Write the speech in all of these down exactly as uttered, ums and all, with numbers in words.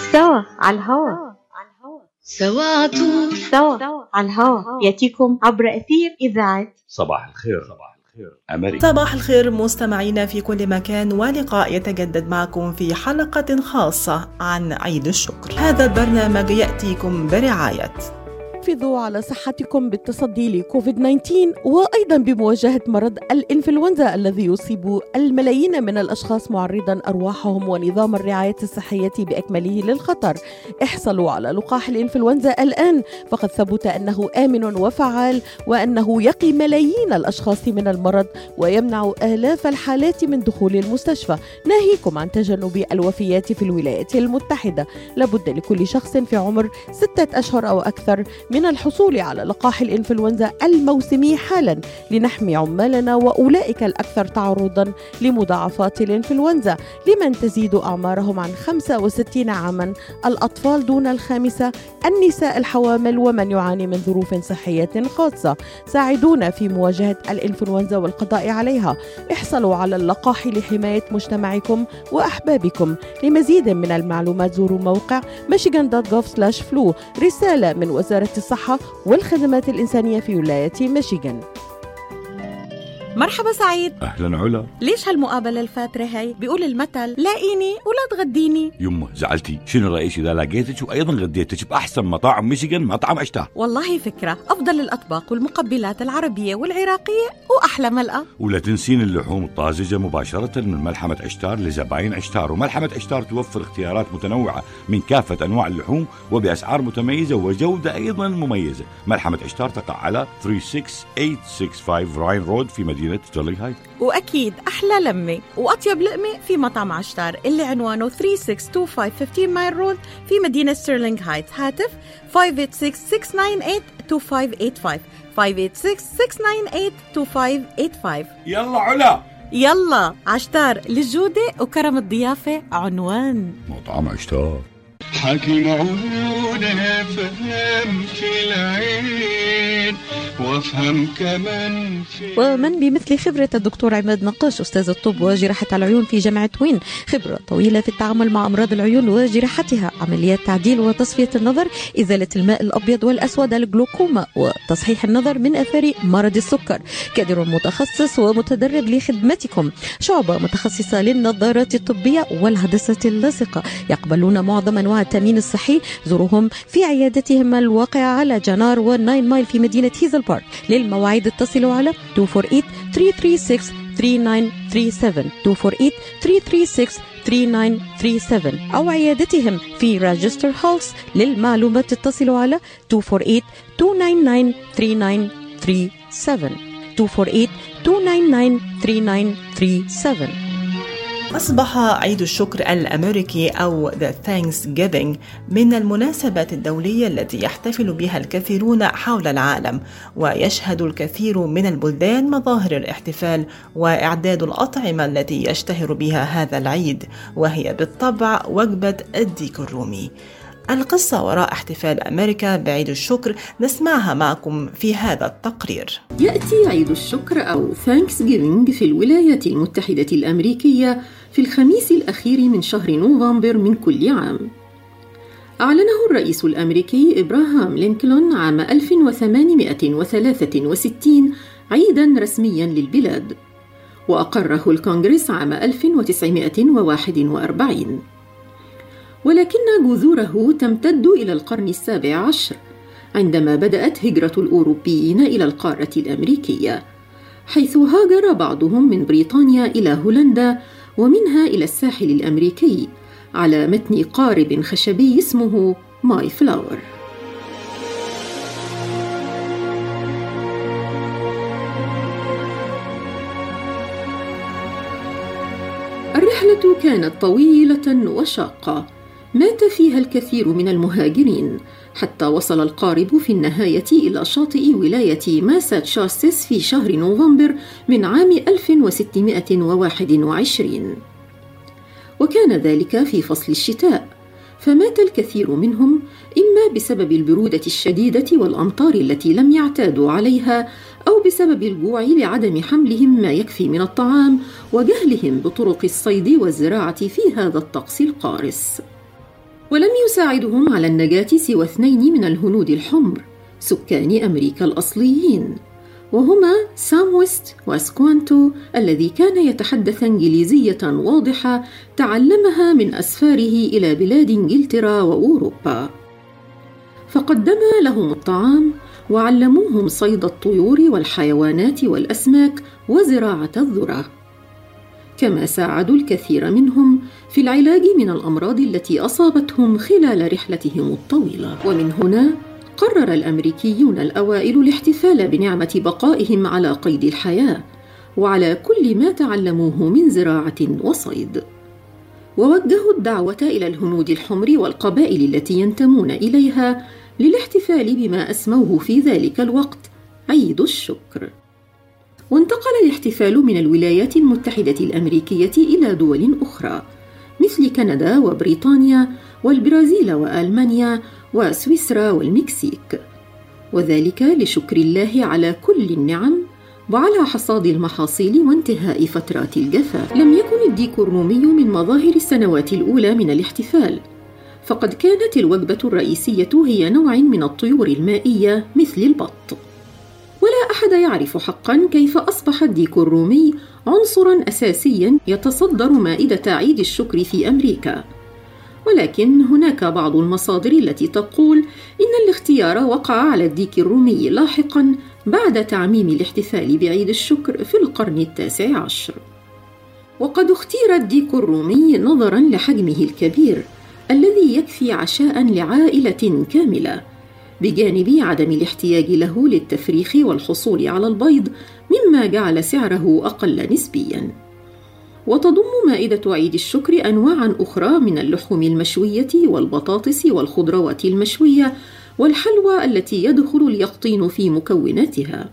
سوا على الهوا، سوا عطول سوا على الهوا يأتيكم عبر أثير إذاعة صباح الخير. صباح الخير أمريكا. صباح الخير مستمعينا في كل مكان، ولقاء يتجدد معكم في حلقة خاصة عن عيد الشكر. هذا البرنامج يأتيكم برعاية حافظوا على صحتكم بالتصدي لكوفيد تسعة عشر، وأيضا بمواجهة مرض الإنفلونزا الذي يصيب الملايين من الأشخاص معرضا أرواحهم ونظام الرعاية الصحية بأكمله للخطر. احصلوا على لقاح الإنفلونزا الآن، فقد ثبت أنه آمن وفعال، وأنه يقي ملايين الأشخاص من المرض ويمنع آلاف الحالات من دخول المستشفى، ناهيكم عن تجنب الوفيات في الولايات المتحدة. لابد لكل شخص في عمر ستة أشهر أو أكثر من الحصول على لقاح الإنفلونزا الموسمي حالا، لنحمي عمالنا وأولئك الأكثر تعرضا لمضاعفات الإنفلونزا لمن تزيد أعمارهم عن خمسة وستين عاما، الأطفال دون الخامسة، النساء الحوامل، ومن يعاني من ظروف صحية خاصة. ساعدونا في مواجهة الإنفلونزا والقضاء عليها. احصلوا على اللقاح لحماية مجتمعكم وأحبابكم. لمزيد من المعلومات زوروا موقع ميشيغان دوت جوف سلاش فلو. رسالة من وزارة الصحة والخدمات الإنسانية في ولاية ميشيغان. مرحبا سعيد. أهلا علا. ليش هالمقابلة الفاترة هاي؟ بيقول المثل لاقيني ولا تغديني. يمه زعلتي، شنو رأيك إذا لقيتك وأيضا غديتك بأحسن مطاعم ميشيغان، مطعم أشتاه؟ والله فكرة، أفضل الأطباق والمقبلات العربية والعراقية وأحلى ملقا. ولا تنسين اللحوم الطازجة مباشرة من ملحمة عشتار لزباين عشتار. وملحمة عشتار توفر اختيارات متنوعة من كافة أنواع اللحوم وبأسعار متميزة وجودة أيضا مميزة. ملحمة عشتار تقع على ثلاثة ستة ثمانية ستة خمسة راين رود في مدينة ستيرلينغ هايت. وأكيد أحلى لمة وأطيب لقمة في مطعم عشتار اللي عنوانه ثلاثة ستة اثنين خمسة خمسة عشر مايل رود في مدينة ستيرلينغ هايت. هاتف خمسة ثمانية ستة ستة تسعة تسعة ثمانية اثنين خمسة خمسة ستة ستة تسعة تسعة اثنين خمسة ثمانية ثمانية. يلا علا، يلا عشتار للجودة وكرم الضيافة عنوان مطعم عشتار. حكي معونه فهم في العين وافهم كمان في. ومن بمثل خبرة الدكتور عماد نقاش أستاذ الطب وجراحة العيون في جامعة وين، خبرة طويلة في التعامل مع أمراض العيون وجراحتها، عمليات تعديل وتصفية النظر، إزالة الماء الأبيض والأسود، الجلوكوما، وتصحيح النظر من أثار مرض السكر. كادر متخصص ومتدرب لخدمتكم. شعبة متخصصة للنظارات الطبية والهندسة اللاصقة. يقبلون معظم أنواع التأمين الصحي. زورهم في عيادتهم الواقعة على جنار والناين مايل في مدينة هيزل بارك. للمواعيد اتصلوا على اثنين أربعة ثمانية ثلاثة ستة ثلاثة تسعة ثلاثة سبعة اثنين أربعة ثلاثة ثلاثة ستة ثلاثة تسعة ثلاثة سبعة أو عيادتهم في راجستر هولس. للمعلومات اتصلوا على اثنين أربعة اثنين تسعة تسعة ثلاثة تسعة ثلاثة سبعة اثنين أربعة اثنين تسعة تسعة ثلاثة سبعة. أصبح عيد الشكر الأمريكي أو The Thanksgiving من المناسبات الدولية التي يحتفل بها الكثيرون حول العالم، ويشهد الكثير من البلدان مظاهر الاحتفال وإعداد الأطعمة التي يشتهر بها هذا العيد، وهي بالطبع وجبة الديك الرومي. القصة وراء احتفال أمريكا بعيد الشكر نسمعها معكم في هذا التقرير. يأتي عيد الشكر أو Thanksgiving في الولايات المتحدة الأمريكية في الخميس الأخير من شهر نوفمبر من كل عام. أعلنه الرئيس الأمريكي إبراهام لينكولن عام ألف وثمانمائة وثلاثة وستين عيداً رسمياً للبلاد، وأقره الكونغرس عام ألف وتسعمائة وواحد وأربعين. ولكن جذوره تمتد إلى القرن السابع عشر عندما بدأت هجرة الأوروبيين إلى القارة الأمريكية، حيث هاجر بعضهم من بريطانيا إلى هولندا ومنها إلى الساحل الأمريكي على متن قارب خشبي اسمه ماي فلاور. الرحلة كانت طويلة وشاقة، مات فيها الكثير من المهاجرين حتى وصل القارب في النهاية إلى شاطئ ولاية ماساتشوستس في شهر نوفمبر من عام ألف وستمائة وواحد وعشرين، وكان ذلك في فصل الشتاء، فمات الكثير منهم إما بسبب البرودة الشديدة والأمطار التي لم يعتادوا عليها، أو بسبب الجوع لعدم حملهم ما يكفي من الطعام وجهلهم بطرق الصيد والزراعة في هذا الطقس القارس. ولم يساعدهم على النجاة سوى اثنين من الهنود الحمر سكان أمريكا الأصليين، وهما سام ويست وسكوانتو الذي كان يتحدث إنجليزية واضحة تعلمها من أسفاره إلى بلاد إنجلترا وأوروبا، فقدما لهم الطعام وعلموهم صيد الطيور والحيوانات والأسماك وزراعة الذرة، كما ساعدوا الكثير منهم في العلاج من الأمراض التي أصابتهم خلال رحلتهم الطويلة. ومن هنا قرر الأمريكيون الأوائل الاحتفال بنعمة بقائهم على قيد الحياة وعلى كل ما تعلموه من زراعة وصيد، ووجهوا الدعوة إلى الهنود الحمر والقبائل التي ينتمون إليها للاحتفال بما أسموه في ذلك الوقت عيد الشكر. وانتقل الاحتفال من الولايات المتحدة الأمريكية إلى دول أخرى مثل كندا وبريطانيا والبرازيل وألمانيا وسويسرا والمكسيك، وذلك لشكر الله على كل النعم وعلى حصاد المحاصيل وانتهاء فترات الجفاف. لم يكن الديك الرومي من مظاهر السنوات الأولى من الاحتفال، فقد كانت الوجبة الرئيسية هي نوع من الطيور المائية مثل البط، ولا أحد يعرف حقاً كيف أصبح الديك الرومي عنصراً أساسياً يتصدر مائدة عيد الشكر في أمريكا. ولكن هناك بعض المصادر التي تقول إن الاختيار وقع على الديك الرومي لاحقاً بعد تعميم الاحتفال بعيد الشكر في القرن التاسع عشر. وقد اختير الديك الرومي نظراً لحجمه الكبير الذي يكفي عشاء لعائلة كاملة، بجانب عدم الاحتياج له للتفريخ والحصول على البيض، مما جعل سعره أقل نسبياً. وتضم مائدة عيد الشكر أنواعاً أخرى من اللحوم المشوية والبطاطس والخضروات المشوية والحلوى التي يدخل اليقطين في مكوناتها.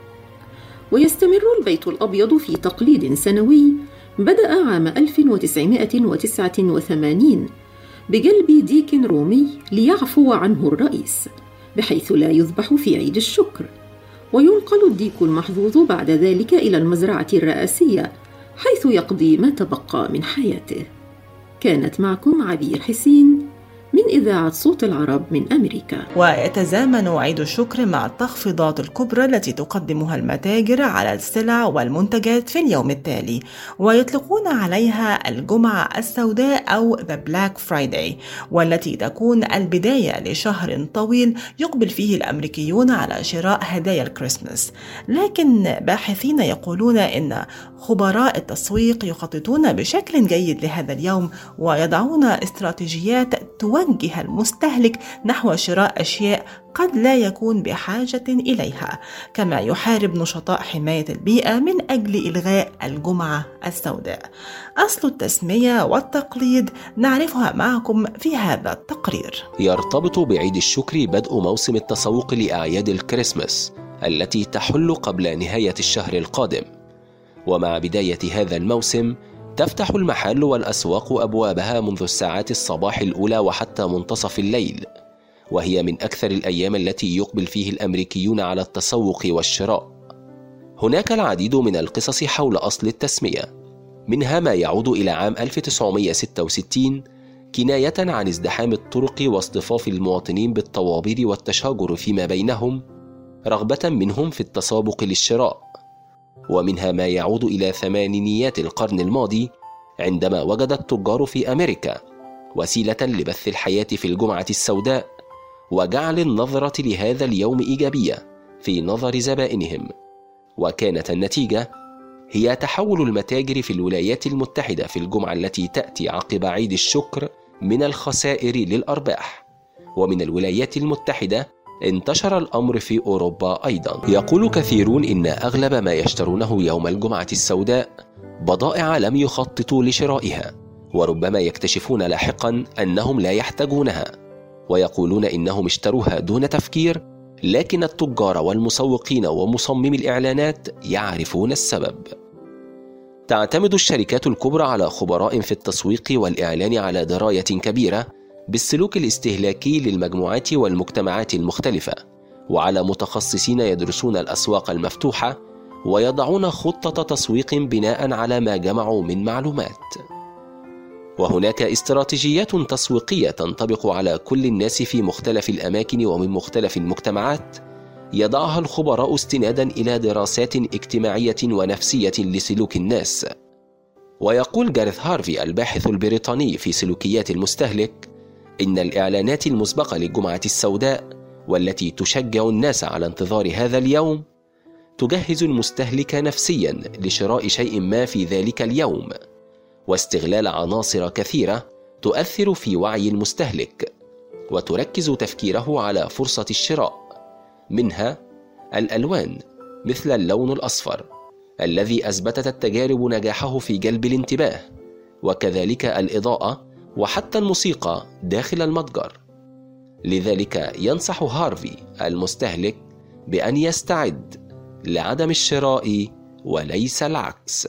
ويستمر البيت الأبيض في تقليد سنوي بدأ عام ألف وتسعمائة وتسعة وثمانين بجلب ديك رومي ليعفو عنه الرئيس، بحيث لا يذبح في عيد الشكر، وينقل الديك المحظوظ بعد ذلك إلى المزرعة الرئاسية حيث يقضي ما تبقى من حياته. كانت معكم عبير حسين من إذاعة صوت العرب من أمريكا. ويتزامن عيد الشكر مع التخفيضات الكبرى التي تقدمها المتاجر على السلع والمنتجات في اليوم التالي، ويطلقون عليها الجمعة السوداء أو The Black Friday، والتي تكون البداية لشهر طويل يقبل فيه الأمريكيون على شراء هدايا الكريسماس. لكن باحثين يقولون إن خبراء التسويق يخططون بشكل جيد لهذا اليوم ويضعون استراتيجيات توجه المستهلك نحو شراء أشياء قد لا يكون بحاجة إليها، كما يحارب نشطاء حماية البيئة من أجل إلغاء الجمعة السوداء. أصل التسمية والتقليد نعرفها معكم في هذا التقرير. يرتبط بعيد الشكر بدء موسم التسوق لأعياد الكريسماس التي تحل قبل نهاية الشهر القادم، ومع بداية هذا الموسم تفتح المحال والأسواق أبوابها منذ الساعات الصباح الأولى وحتى منتصف الليل، وهي من أكثر الأيام التي يقبل فيه الأمريكيون على التسوق والشراء. هناك العديد من القصص حول أصل التسمية، منها ما يعود إلى عام ألف وتسعمائة وستة وستين كناية عن ازدحام الطرق واصطفاف المواطنين بالطوابير والتشاجر فيما بينهم رغبة منهم في التسابق للشراء، ومنها ما يعود إلى ثمانينيات القرن الماضي عندما وجد التجار في أمريكا وسيلة لبث الحياة في الجمعة السوداء وجعل النظرة لهذا اليوم إيجابية في نظر زبائنهم، وكانت النتيجة هي تحول المتاجر في الولايات المتحدة في الجمعة التي تأتي عقب عيد الشكر من الخسائر للأرباح. ومن الولايات المتحدة انتشر الأمر في أوروبا أيضا. يقول كثيرون إن أغلب ما يشترونه يوم الجمعة السوداء بضائع لم يخططوا لشرائها، وربما يكتشفون لاحقا أنهم لا يحتاجونها، ويقولون إنهم اشتروها دون تفكير، لكن التجار والمسوقين ومصممي الإعلانات يعرفون السبب. تعتمد الشركات الكبرى على خبراء في التسويق والإعلان على دراية كبيرة بالسلوك الاستهلاكي للمجموعات والمجتمعات المختلفة، وعلى متخصصين يدرسون الأسواق المفتوحة ويضعون خطة تسويق بناء على ما جمعوا من معلومات. وهناك استراتيجيات تسويقية تنطبق على كل الناس في مختلف الأماكن ومن مختلف المجتمعات يضعها الخبراء استنادا إلى دراسات اجتماعية ونفسية لسلوك الناس. ويقول جاريث هارفي الباحث البريطاني في سلوكيات المستهلك إن الإعلانات المسبقة للجمعة السوداء والتي تشجع الناس على انتظار هذا اليوم تجهز المستهلك نفسيا لشراء شيء ما في ذلك اليوم، واستغلال عناصر كثيرة تؤثر في وعي المستهلك وتركز تفكيره على فرصة الشراء، منها الألوان مثل اللون الأصفر الذي أثبتت التجارب نجاحه في جلب الانتباه، وكذلك الإضاءة وحتى الموسيقى داخل المتجر. لذلك ينصح هارفي المستهلك بأن يستعد لعدم الشراء وليس العكس.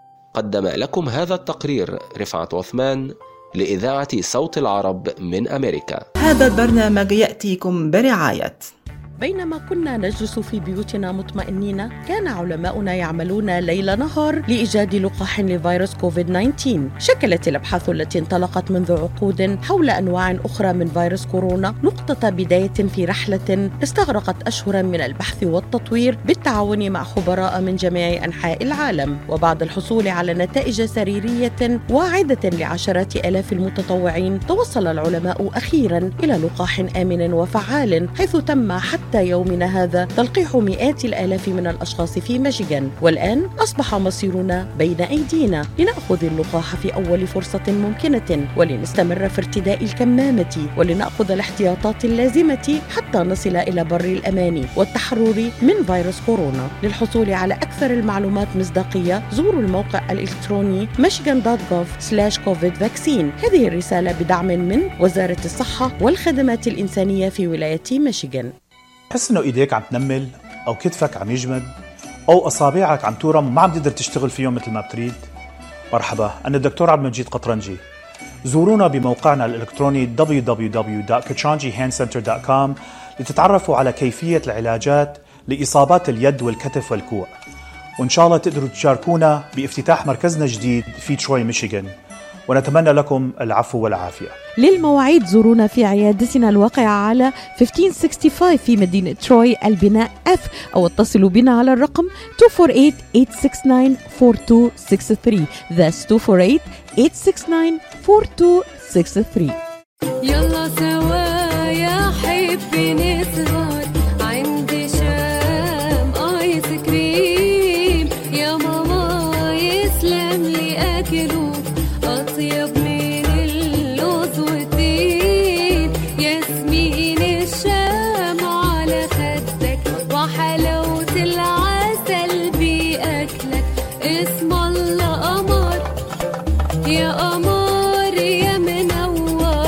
قدم لكم هذا التقرير رفعت عثمان لإذاعة صوت العرب من أمريكا. هذا البرنامج يأتيكم برعاية. بينما كنا نجلس في بيوتنا مطمئنين، كان علماؤنا يعملون ليل نهار لإيجاد لقاح لفيروس كوفيد تسعة عشر. شكلت الأبحاث التي انطلقت منذ عقود حول أنواع أخرى من فيروس كورونا نقطة بداية في رحلة استغرقت أشهرا من البحث والتطوير بالتعاون مع خبراء من جميع أنحاء العالم. وبعد الحصول على نتائج سريرية واعدة لعشرات آلاف المتطوعين، توصل العلماء أخيرا إلى لقاح آمن وفعال، حيث تم حتى حتى يومنا هذا تلقيح مئات الآلاف من الأشخاص في ميشيغان. والآن أصبح مصيرنا بين أيدينا لنأخذ اللقاح في أول فرصة ممكنة، ولنستمر في ارتداء الكمامة، ولنأخذ الاحتياطات اللازمة حتى نصل إلى بر الأمان والتحرر من فيروس كورونا. للحصول على أكثر المعلومات مصداقية زوروا الموقع الإلكتروني ميشيغان دوت جوف سلاش كوفيد فاكسين. هذه الرسالة بدعم من وزارة الصحة والخدمات الإنسانية في ولاية ميشيغان. تحس إنه إيديك عم تنمل أو كتفك عم يجمد أو أصابعك عم تورم ما عم تقدر تشتغل فيهم مثل ما بتريد؟ مرحبا، أنا الدكتور عبد المجيد قطرنجي. زورونا بموقعنا الإلكتروني دبليو دبليو دبليو دوت كترانجي هاند سنتر دوت كوم لتتعرفوا على كيفية العلاجات لإصابات اليد والكتف والكوع، وإن شاء الله تقدروا تشاركونا بافتتاح مركزنا الجديد في تروي ميشيغان، ونتمنى لكم العفو والعافية. للمواعيد زورونا في عيادتنا الواقعة على خمسة عشر خمسة وستين في مدينة تروي البناء F، أو اتصلوا بنا على الرقم اثنين أربعة ثمانية ثمانية ستة تسعة أربعة اثنين ستة ثلاثة. That's اثنين أربعة ثمانية ستة تسعة أربعة اثنين ستة ثلاثة. يلا سوا يا حبي نسهر عندي شام آيس كريم، يا ماما يسلم لي أكله أطيب من اللوز والتين، ياسمين الشام على خدك وحلاوة العسل بأكلك، اسم الله قمر يا قمر يا منور،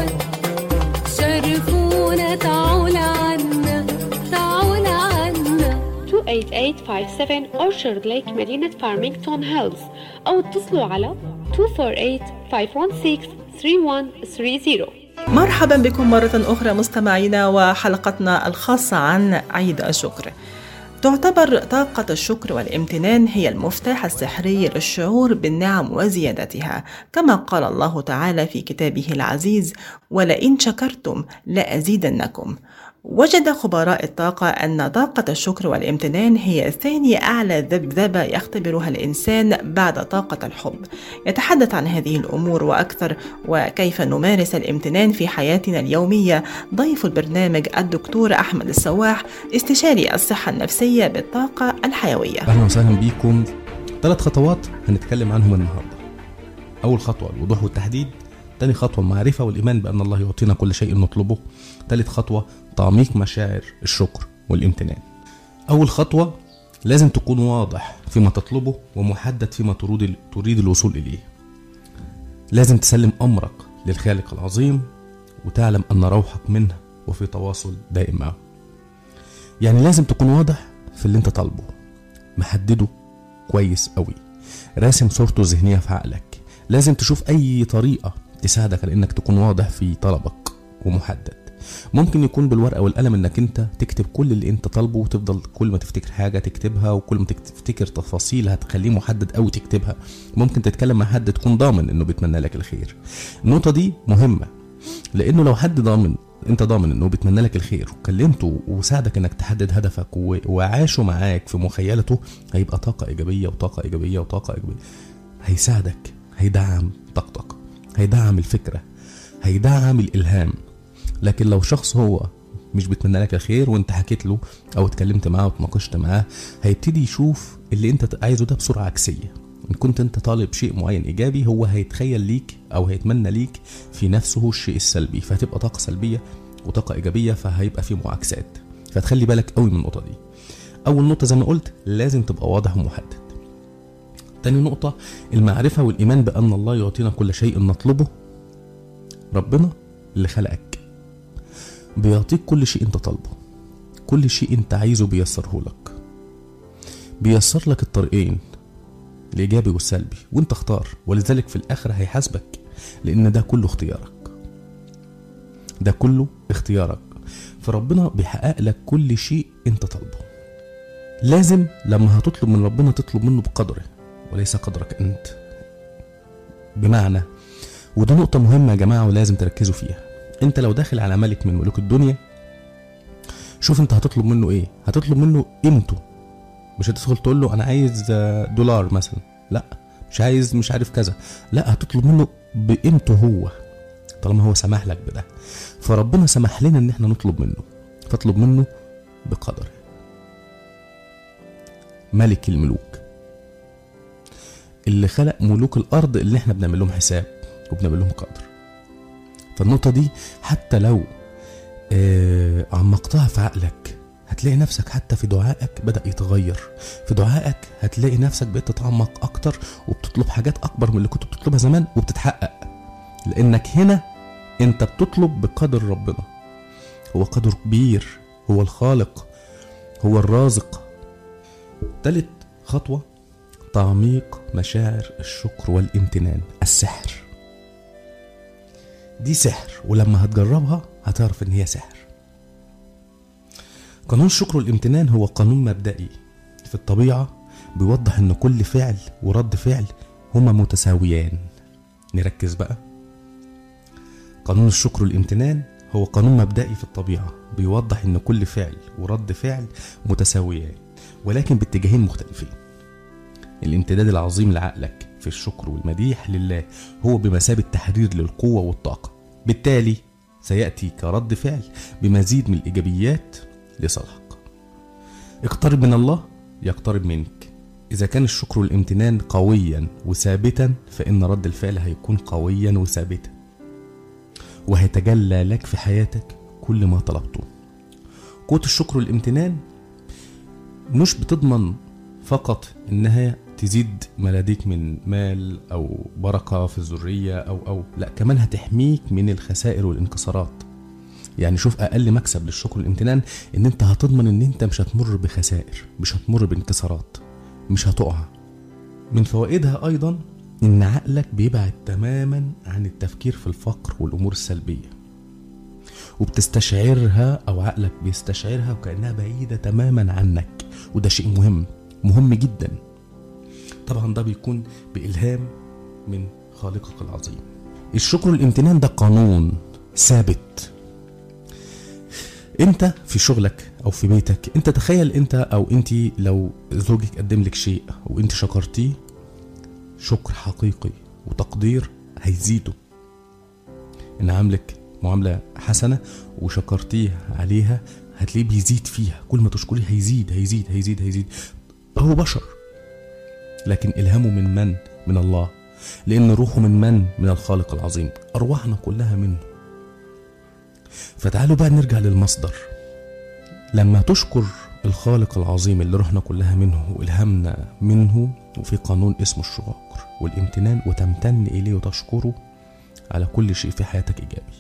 شرفونا تعول عنا تعول عنا. اثنين ثمانية ثمانية خمسة سبعة أورشارد ليك مدينة فارمينغتون هيلز، أو اتصلوا على اثنين أربعة ثمانية خمسة واحد ستة ثلاثة واحد ثلاثة صفر. مرحبا بكم مرة أخرى مستمعينا، وحلقتنا الخاصة عن عيد الشكر. تعتبر طاقة الشكر والامتنان هي المفتاح السحري للشعور بالنعم وزيادتها، كما قال الله تعالى في كتابه العزيز: ولئن شكرتم لأزيدنكم. وجد خبراء الطاقة أن طاقة الشكر والامتنان هي ثاني أعلى ذبذبة يختبرها الإنسان بعد طاقة الحب. يتحدث عن هذه الأمور وأكثر وكيف نمارس الامتنان في حياتنا اليومية ضيف البرنامج الدكتور أحمد السواح، استشاري الصحة النفسية بالطاقة الحيوية. أهلا وسهلا بكم. ثلاث خطوات هنتكلم عنهم النهاردة. أول خطوة الوضوح والتحديد، ثاني خطوة المعرفة والإيمان بأن الله يعطينا كل شيء نطلبه، ثالث خطوة تعميق مشاعر الشكر والامتنان. أول خطوة لازم تكون واضح فيما تطلبه ومحدد فيما تريد الوصول إليه. لازم تسلم أمرك للخالق العظيم وتعلم أن روحك منه وفي تواصل دائم معه. يعني لازم تكون واضح في اللي انت طالبه، محدده كويس قوي، راسم صورته ذهنية في عقلك. لازم تشوف أي طريقة تساعدك على أنك تكون واضح في طلبك ومحدد. ممكن يكون بالورقة والقلم انك انت تكتب كل اللي انت طالبه، وتفضل كل ما تفتكر حاجة تكتبها، وكل ما تفتكر تفاصيل هتخليه محدد قوي تكتبها. ممكن تتكلم مع حد تكون ضامن انه بيتمنى لك الخير. النقطة دي مهمة، لانه لو حد ضامن انت ضامن انه بيتمنى لك الخير وكلمته وساعدك انك تحدد هدفك وعاشه معاك في مخيلته، هيبقى طاقة ايجابية وطاقة ايجابية وطاقة ايجابية. هيساعدك، هيدعم طاقتك، هيدعم الفكرة، هيدعم الالهام. لكن لو شخص هو مش بيتمنى لك الخير وانت حكيت له او اتكلمت معاه وتناقشت معاه، هيبتدي يشوف اللي انت عايزه ده بسرعة عكسية. ان كنت انت طالب شيء معين ايجابي، هو هيتخيل ليك او هيتمنى ليك في نفسه الشيء السلبي، فهتبقى طاقة سلبية وطاقة ايجابية، فهيبقى في معاكسات. فتخلي بالك قوي من النقطة دي. اول نقطة زي ما قلت لازم تبقى واضح ومحدد. تاني نقطة المعرفة والايمان بان الله يعطينا كل شيء نطلبه. ربنا اللي خلقك بيعطيك كل شيء انت طالبه، كل شيء انت عايزه بيسره لك، بيسر لك الطريقين الايجابي والسلبي، وانت اختار. ولذلك في الاخر هيحاسبك، لان ده كله اختيارك، ده كله اختيارك. فربنا بيحقق لك كل شيء انت طالبه. لازم لما هتطلب من ربنا تطلب منه بقدره وليس قدرك انت. بمعنى، وده نقطة مهمة يا جماعة ولازم تركزوا فيها، انت لو داخل على ملك من ملوك الدنيا، شوف انت هتطلب منه ايه. هتطلب منه قيمته، مش هتدخل تقول له انا عايز دولار مثلا، لا، مش عايز مش عارف كذا، لا، هتطلب منه بقيمته هو، طالما هو سمح لك بده. فربنا سمح لنا ان احنا نطلب منه، فاطلب منه بقدره. ملك الملوك اللي خلق ملوك الارض اللي احنا بنعمل لهم حساب وبنعمل لهم قدر. فالنقطة دي حتى لو آه عمقتها في عقلك، هتلاقي نفسك حتى في دعائك بدأ يتغير. في دعائك هتلاقي نفسك بقيت تتعمق اكتر وبتطلب حاجات اكبر من اللي كنت بتطلبها زمان وبتتحقق، لانك هنا انت بتطلب بقدر ربنا. هو قدر كبير، هو الخالق، هو الرازق. ثالث خطوة تعميق مشاعر الشكر والامتنان. السحر دي سحر، ولما هتجربها هتعرف ان هي سحر. قانون الشكر والامتنان هو قانون مبدئي في الطبيعة بيوضح ان كل فعل ورد فعل هما متساويان. نركز بقى. قانون الشكر والامتنان هو قانون مبدئي في الطبيعة بيوضح ان كل فعل ورد فعل متساويان، ولكن باتجاهين مختلفين. الامتداد العظيم لعقلك في الشكر والمديح لله هو بمثابة تحرير للقوة والطاقة، بالتالي سيأتي كرد فعل بمزيد من الإيجابيات لصالحك. اقترب من الله يقترب منك. إذا كان الشكر والامتنان قويا وثابتا، فإن رد الفعل هيكون قويا وثابتا، وهيتجلى لك في حياتك كل ما طلبته. قوة الشكر والامتنان مش بتضمن فقط إنها تزيد ملاديك من مال أو بركة في الذرية أو أو لا، كمان هتحميك من الخسائر والانكسارات. يعني شوف أقل مكسب للشكر والامتنان إن أنت هتضمن إن أنت مش هتمر بخسائر، مش هتمر بانكسارات، مش هتقع. من فوائدها أيضا إن عقلك بيبعد تماما عن التفكير في الفقر والأمور السلبية، وبتستشعرها أو عقلك بيستشعرها وكأنها بعيدة تماما عنك، وده شيء مهم مهم جدا. طبعا ده بيكون بإلهام من خالقك العظيم. الشكر والامتنان ده قانون ثابت. انت في شغلك او في بيتك، انت تخيل انت او انتي لو زوجك قدم لك شيء وانت شكرتيه شكر حقيقي وتقدير، هيزيده. ان عاملك معاملة حسنة وشكرتيه عليها، هتلاقيه بيزيد فيها. كل ما تشكريه هيزيد هيزيد هيزيد هيزيد. هو بشر، لكن إلهامه من من؟ من الله. لأن روحه من من؟ من الخالق العظيم. أرواحنا كلها منه. فتعالوا بقى نرجع للمصدر. لما تشكر الخالق العظيم اللي روحنا كلها منه وإلهامنا منه، وفي قانون اسمه الشكر والامتنان، وتمتن إليه وتشكره على كل شيء في حياتك إيجابي،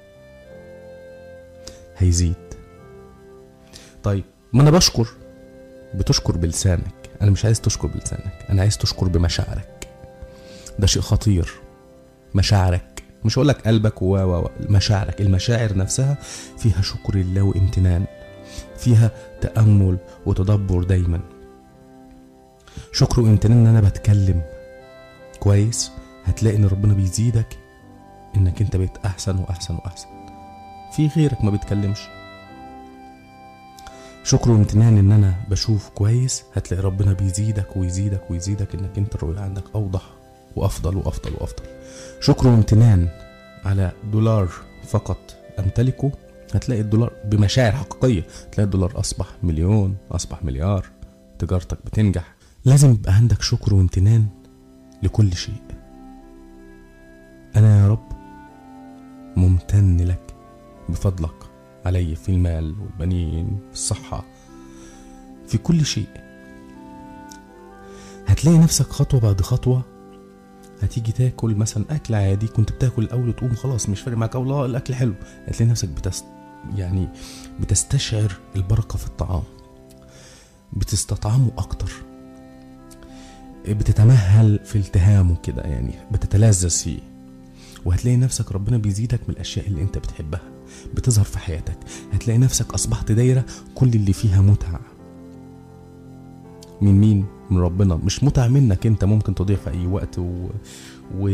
هيزيد. طيب ما أنا بشكر، بتشكر بلسانك. أنا مش عايز تشكر بلسانك، أنا عايز تشكر بمشاعرك. ده شيء خطير. مشاعرك مش هقول لك قلبك و مشاعرك، المشاعر نفسها فيها شكر الله وامتنان، فيها تأمل وتدبر دايما. شكر وامتنان ان انا بتكلم كويس، هتلاقي ان ربنا بيزيدك انك انت بقيت احسن واحسن واحسن. في غيرك ما بيتكلمش. شكر وامتنان ان انا بشوف كويس، هتلاقي ربنا بيزيدك ويزيدك ويزيدك انك انت الرؤية عندك اوضح وافضل وافضل وافضل. شكر وامتنان على دولار فقط امتلكه، هتلاقي الدولار بمشاعر حقيقية، هتلاقي الدولار اصبح مليون، اصبح مليار، تجارتك بتنجح. لازم يبقى عندك شكر وامتنان لكل شيء. انا يا رب ممتن لك بفضلك علي في المال والبنين، في الصحة، في كل شيء. هتلاقي نفسك خطوة بعد خطوة هتيجي تاكل مثلا اكل عادي كنت بتاكل الاول وتقوم خلاص مش فارق معاك، الله الاكل حلو، هتلاقي نفسك بتست يعني بتستشعر البركة في الطعام، بتستطعمه اكتر، بتتمهل في التهامه كده، يعني بتتلذذ فيه. وهتلاقي نفسك ربنا بيزيدك من الاشياء اللي انت بتحبها بتظهر في حياتك. هتلاقي نفسك اصبحت دايرة كل اللي فيها متعة. من مين؟ من ربنا، مش متعة منك انت ممكن تضيع في اي وقت و... و...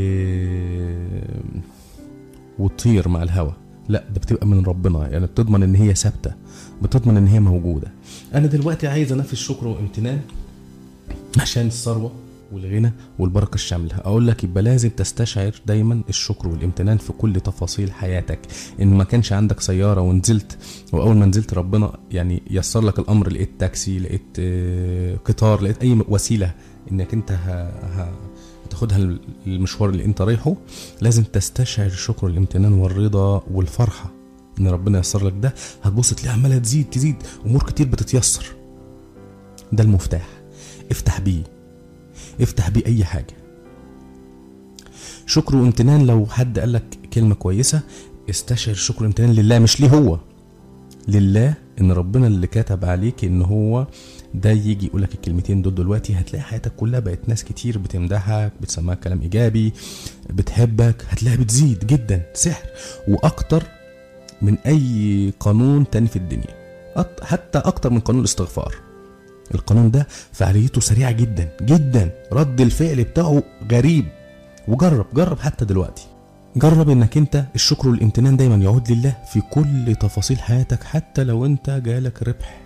وتطير مع الهوى. لا، ده بتبقى من ربنا، يعني بتضمن ان هي ثابتة، بتضمن ان هي موجودة. انا دلوقتي عايز انفذ شكر وامتنان عشان الثروة والغنى والبركة الشاملة. اقول لك يبقى لازم تستشعر دايما الشكر والامتنان في كل تفاصيل حياتك. ان ما كانش عندك سيارة ونزلت، واول ما نزلت ربنا يعني يسر لك الامر، لقيت تاكسي، لقيت قطار، لقيت اي وسيلة انك انت هتاخدها المشوار اللي انت رايحه، لازم تستشعر الشكر والامتنان والرضا والفرحة ان ربنا يسر لك ده. هتبص تلاقي عمالة تزيد تزيد، امور كتير بتتيسر. ده المفتاح، افتح بيه، افتح بيه اي حاجة. شكر وامتنان لو حد قالك كلمة كويسة، استشعر شكر وامتنان لله، مش ليه هو، لله، ان ربنا اللي كاتب عليك ان هو ده يجي يقولك الكلمتين دول. دلوقتي هتلاقي حياتك كلها بقت ناس كتير بتمدحك، بتسمعك كلام ايجابي، بتحبك، هتلاقيها بتزيد جدا سحر واكتر من اي قانون تاني في الدنيا، حتى اكتر من قانون الاستغفار. القانون ده فعاليته سريعة جدا جدا، رد الفعل بتاعه غريب. وجرب جرب حتى دلوقتي، جرب انك انت الشكر والامتنان دايما يعود لله في كل تفاصيل حياتك. حتى لو انت جالك ربح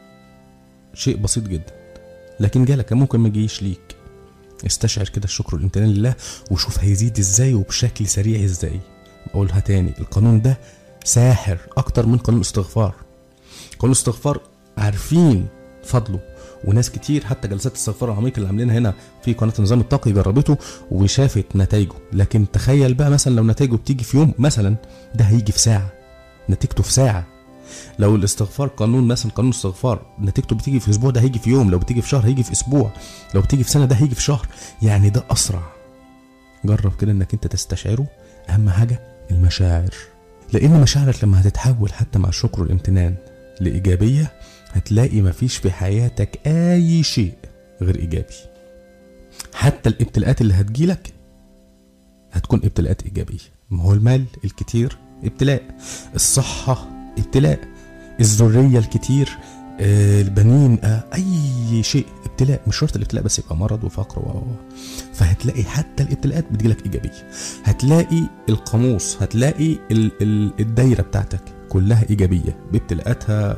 شيء بسيط جدا لكن جالك، ممكن ما يجيش ليك، استشعر كده الشكر والامتنان لله وشوف هيزيد ازاي وبشكل سريع ازاي. اقولها تاني، القانون ده ساحر اكتر من قانون الاستغفار. قانون الاستغفار عارفين فضله، وناس كتير حتى جلسات الاستغفار العميق اللي عاملينها هنا في قناة النظام الطاقي جربته وشافت نتائجه. لكن تخيل بقى مثلا لو نتائجه بتيجي في يوم، مثلا ده هيجي في ساعة، نتيجته في ساعة. لو الاستغفار قانون مثلا قانون الاستغفار نتيجته بتيجي في اسبوع، ده هيجي في يوم. لو بتيجي في شهر هيجي في اسبوع. لو بتيجي في سنة ده هيجي في شهر. يعني ده اسرع. جرب كده انك انت تستشعره. اهم حاجة المشاعر، لان مشاعرك لما هتتحول حتى مع الشكر والامتنان لإيجابية، هتلاقي مفيش في حياتك اي شيء غير ايجابي. حتى الابتلاءات اللي هتجيلك هتكون ابتلاءات ايجابية. ما هو المال الكتير ابتلاء، الصحة ابتلاء، الذرية الكتير، البنين، اي شيء ابتلاء. مش شرط الابتلاء بس يبقى مرض وفقر و... فهتلاقي حتى الابتلاءات بتجيلك ايجابية. هتلاقي القاموس، هتلاقي ال... ال... الدايرة بتاعتك كلها إيجابية، بابتلاءاتها،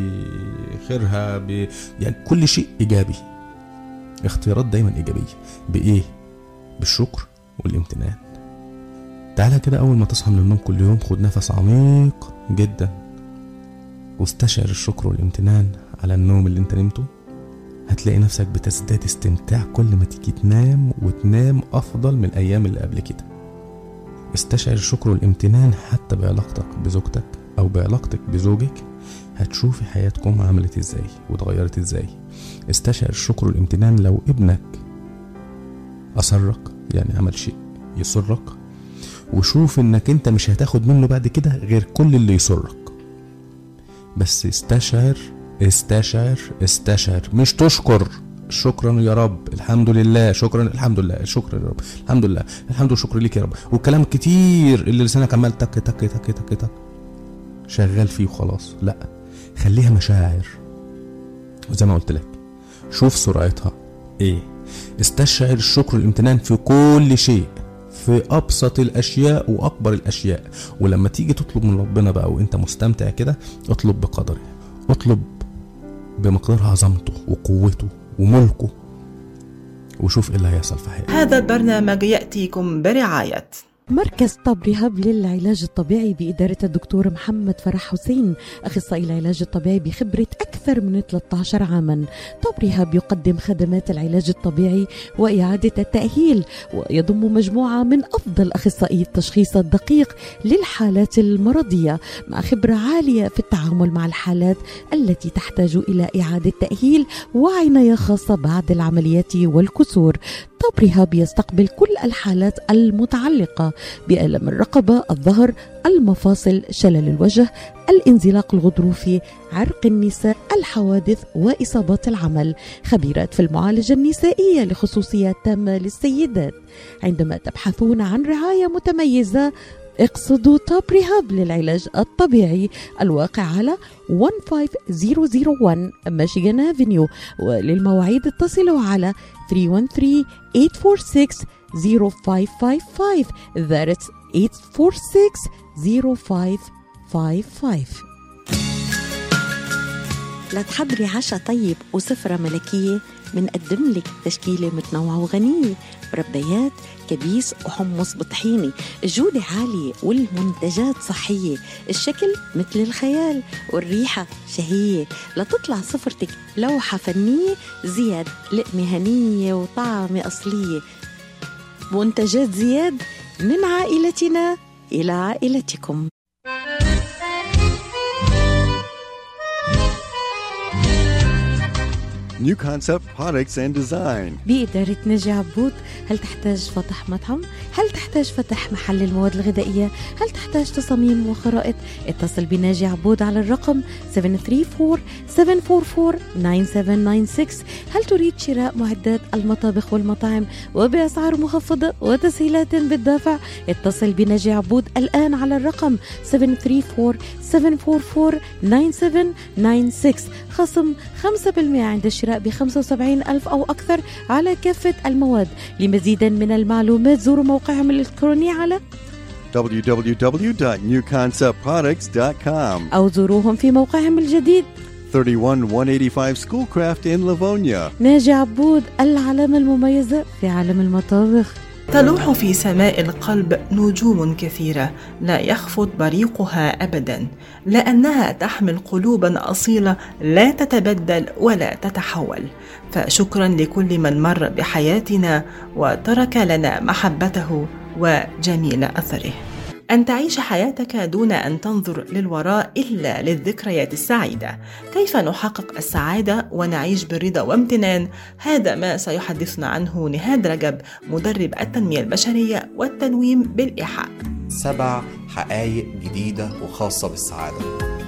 بخيرها، ب... يعني كل شيء إيجابي. اختيارات دايما إيجابية. بإيه؟ بالشكر والامتنان. تعالى كده أول ما تصحى من النوم كل يوم خد نفس عميق جدا واستشعر الشكر والامتنان على النوم اللي انت نمته. هتلاقي نفسك بتزداد استمتاع كل ما تيجي تنام، وتنام أفضل من الأيام اللي قبل كده. استشعر الشكر والامتنان حتى بعلاقتك بزوجتك او بعلاقتك بزوجك، هتشوفي حياتكم عملت ازاي وتغيرت ازاي. استشعر الشكر والامتنان لو ابنك اثرك، يعني عمل شيء يسرك، وشوف انك انت مش هتاخد منه بعد كده غير كل اللي يسرك. بس استشعر استشعر استشعر، مش تشكر شكرا يا رب، الحمد لله، شكرا الحمد لله، شكرا يا رب، الحمد لله، الحمد وشكر ليك يا رب، والكلام كتير اللي لسانك عمال تك تك تك تك تك شغال فيه وخلاص. لا، خليها مشاعر وزي ما قلت لك شوف سرعتها ايه، استشعر الشكر والامتنان في كل شيء، في ابسط الاشياء واكبر الاشياء. ولما تيجي تطلب من ربنا بقى وانت مستمتع كده، اطلب بقدره، اطلب بمقدار عظمته وقوته وملكه، وشوف ايه اللي هيحصل في حياتك. هذا البرنامج يأتيكم برعاية مركز طب ريهاب للعلاج الطبيعي بإدارة الدكتور محمد فرح حسين، أخصائي العلاج الطبيعي بخبرة أكثر من ثلاثة عشر عاما. طب ريهاب يقدم خدمات العلاج الطبيعي وإعادة التأهيل، ويضم مجموعة من أفضل أخصائي التشخيص الدقيق للحالات المرضية، مع خبرة عالية في التعامل مع الحالات التي تحتاج إلى إعادة تأهيل وعناية خاصة بعد العمليات والكسور. طب ريهاب يستقبل كل الحالات المتعلقة بألم الرقبة، الظهر، المفاصل، شلل الوجه، الانزلاق الغضروفي، عرق النساء، الحوادث وإصابات العمل. خبيرات في المعالجة النسائية لخصوصيات تامة للسيدات. عندما تبحثون عن رعاية متميزة اقصدوا طب ريهاب للعلاج الطبيعي، الواقع على خمسة عشر صفر صفر واحد ميشيغان افنيو، وللمواعيد اتصلوا على ثلاثة واحد ثلاثة ثمانية أربعة ستة صفر خمسة خمسة خمسة. That's ثمانية أربعة ستة صفر خمسة خمسة خمسة. لتحضري عشاء طيب وسفرة ملكية، منقدم لك تشكيلة متنوعة وغنية، مربيات، كبيس وحمص بطحيني، الجودة عالية والمنتجات صحية، الشكل مثل الخيال والريحة شهية. لتطلع سفرتك لوحة فنية، زياد لقمة هنية وطعمة أصلية. منتجات زياد، من عائلتنا إلى عائلتكم. New Concept Products and Design بإدارة ناجي عبود. هل تحتاج فتح مطعم؟ هل تحتاج فتح محل المواد الغذائية؟ هل تحتاج تصاميم وخرائط؟ اتصل بناجي عبود على الرقم سبعة ثلاثة أربعة سبعة أربعة أربعة تسعة سبعة تسعة ستة. هل تريد شراء معدات المطابخ والمطاعم وبأسعار مخفضة وتسهيلات بالدافع؟ اتصل بناجي عبود الآن على الرقم سبعة ثلاثة أربعة سبعة أربعة أربعة تسعة سبعة تسعة ستة. خصم خمسة بالمئة عند الشراء ب خمسة وسبعين ألف أو أكثر على كافة المواد. لمزيد من المعلومات زوروا موقعهم الإلكتروني على دبليو دبليو دبليو دوت نيو كونسبت برودكتس دوت كوم أو زوروهم في موقعهم الجديد ثلاثة وواحد مئتين وخمسة وثمانين Schoolcraft in Livonia. ناجي عبود، العلامة المميزة في عالم المطابخ. تلوح في سماء القلب نجوم كثيرة لا يخفت بريقها أبدا، لأنها تحمل قلوبا أصيلة لا تتبدل ولا تتحول. فشكرا لكل من مر بحياتنا وترك لنا محبته وجميل أثره. أن تعيش حياتك دون أن تنظر للوراء إلا للذكريات السعيدة. كيف نحقق السعادة ونعيش بالرضا وامتنان؟ هذا ما سيحدثنا عنه نهاد رجب، مدرب التنمية البشرية والتنويم بالإيحاء. سبع حقائق جديدة وخاصة بالسعادة.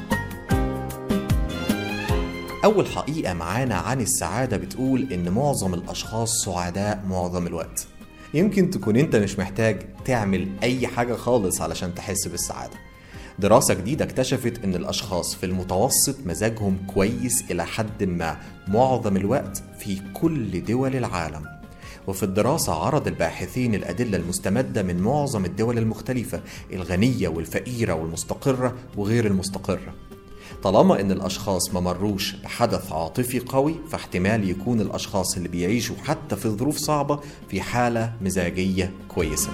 أول حقيقة معانا عن السعادة بتقول إن معظم الأشخاص سعداء معظم الوقت. يمكن تكون انت مش محتاج تعمل اي حاجة خالص علشان تحس بالسعادة. دراسة جديدة اكتشفت ان الاشخاص في المتوسط مزاجهم كويس الى حد ما معظم الوقت في كل دول العالم. وفي الدراسة عرض الباحثين الأدلة المستمدة من معظم الدول المختلفة، الغنية والفقيرة والمستقرة وغير المستقرة. طالما ان الاشخاص ما مروش بحدث عاطفي قوي، فاحتمال يكون الاشخاص اللي بيعيشوا حتى في ظروف صعبة في حالة مزاجية كويسة.